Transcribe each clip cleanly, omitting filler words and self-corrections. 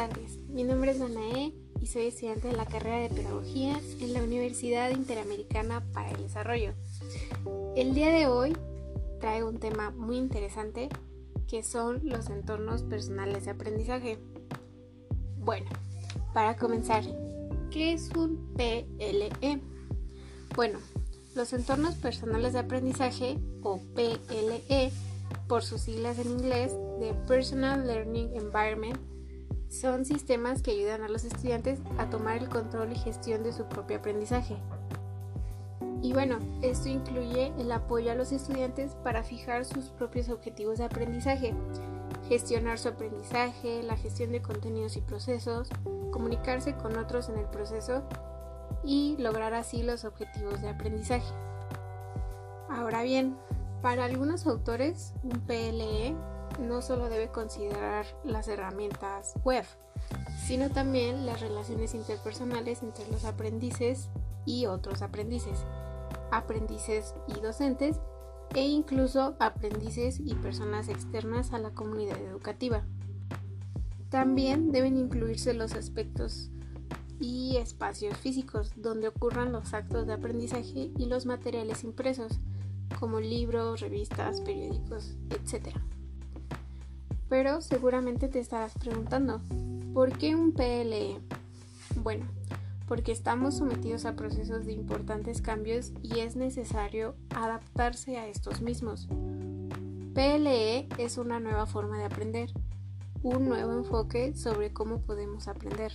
tardes, mi nombre es Danae y soy estudiante de la carrera de Pedagogía en la Universidad Interamericana para el Desarrollo. El día de hoy traigo un tema muy interesante que son los entornos personales de aprendizaje. Bueno, para comenzar, ¿qué es un PLE? Bueno, los entornos personales de aprendizaje o PLE, por sus siglas en inglés de Personal Learning Environment, son sistemas que ayudan a los estudiantes a tomar el control y gestión de su propio aprendizaje. Y bueno, esto incluye el apoyo a los estudiantes para fijar sus propios objetivos de aprendizaje, gestionar su aprendizaje, la gestión de contenidos y procesos, comunicarse con otros en el proceso y lograr así los objetivos de aprendizaje. Ahora bien, para algunos autores, un PLE no solo debe considerar las herramientas web, sino también las relaciones interpersonales entre los aprendices y otros aprendices y docentes, e incluso aprendices y personas externas a la comunidad educativa. También deben incluirse los aspectos y espacios físicos donde ocurran los actos de aprendizaje y los materiales impresos, como libros, revistas, periódicos, etc. Pero seguramente te estarás preguntando, ¿por qué un PLE? Bueno, porque estamos sometidos a procesos de importantes cambios y es necesario adaptarse a estos mismos. PLE es una nueva forma de aprender, un nuevo enfoque sobre cómo podemos aprender.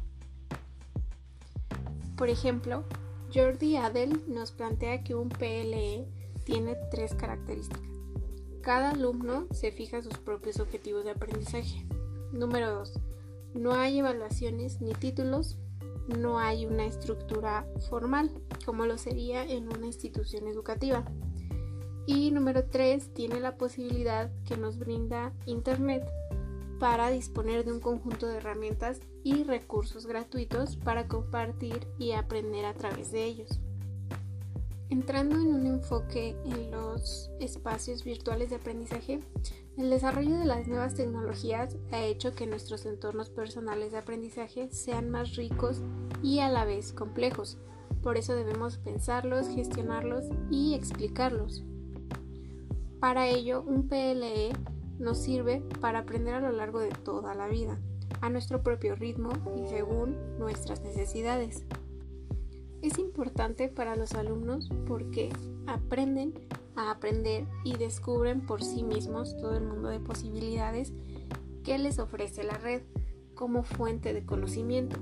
Por ejemplo, Jordi Adel nos plantea que un PLE tiene 3 características. Cada alumno se fija sus propios objetivos de aprendizaje. Número 2. No hay evaluaciones ni títulos. No hay una estructura formal, como lo sería en una institución educativa. Y número 3. Tiene la posibilidad que nos brinda Internet para disponer de un conjunto de herramientas y recursos gratuitos para compartir y aprender a través de ellos. Entrando en un enfoque en los espacios virtuales de aprendizaje, el desarrollo de las nuevas tecnologías ha hecho que nuestros entornos personales de aprendizaje sean más ricos y a la vez complejos. Por eso debemos pensarlos, gestionarlos y explicarlos. Para ello, un PLE nos sirve para aprender a lo largo de toda la vida, a nuestro propio ritmo y según nuestras necesidades. Es importante para los alumnos porque aprenden a aprender y descubren por sí mismos todo el mundo de posibilidades que les ofrece la red como fuente de conocimiento.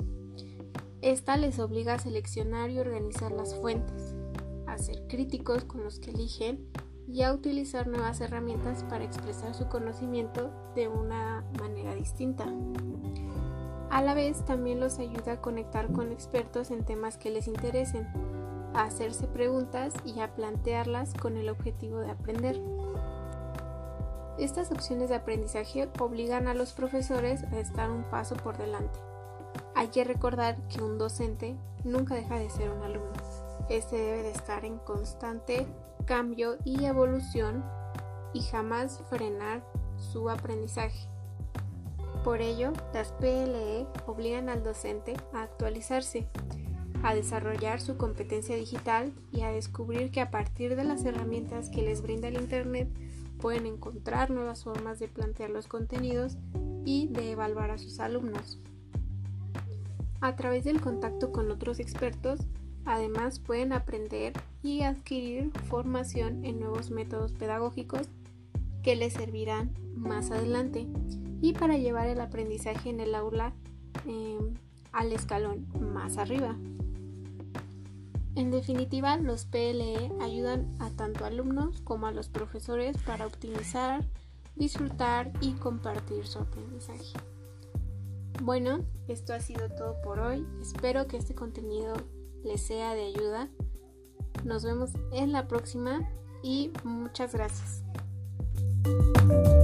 Esta les obliga a seleccionar y organizar las fuentes, a ser críticos con los que eligen y a utilizar nuevas herramientas para expresar su conocimiento de una manera distinta. A la vez también los ayuda a conectar con expertos en temas que les interesen, a hacerse preguntas y a plantearlas con el objetivo de aprender. Estas opciones de aprendizaje obligan a los profesores a estar un paso por delante. Hay que recordar que un docente nunca deja de ser un alumno. Este debe de estar en constante cambio y evolución y jamás frenar su aprendizaje. Por ello, las PLE obligan al docente a actualizarse, a desarrollar su competencia digital y a descubrir que a partir de las herramientas que les brinda el Internet pueden encontrar nuevas formas de plantear los contenidos y de evaluar a sus alumnos. A través del contacto con otros expertos, además pueden aprender y adquirir formación en nuevos métodos pedagógicos que les servirán más adelante y para llevar el aprendizaje en el aula al escalón más arriba. En definitiva, los PLE ayudan a tanto alumnos como a los profesores para optimizar, disfrutar y compartir su aprendizaje. Bueno, esto ha sido todo por hoy. Espero que este contenido les sea de ayuda. Nos vemos en la próxima y muchas gracias.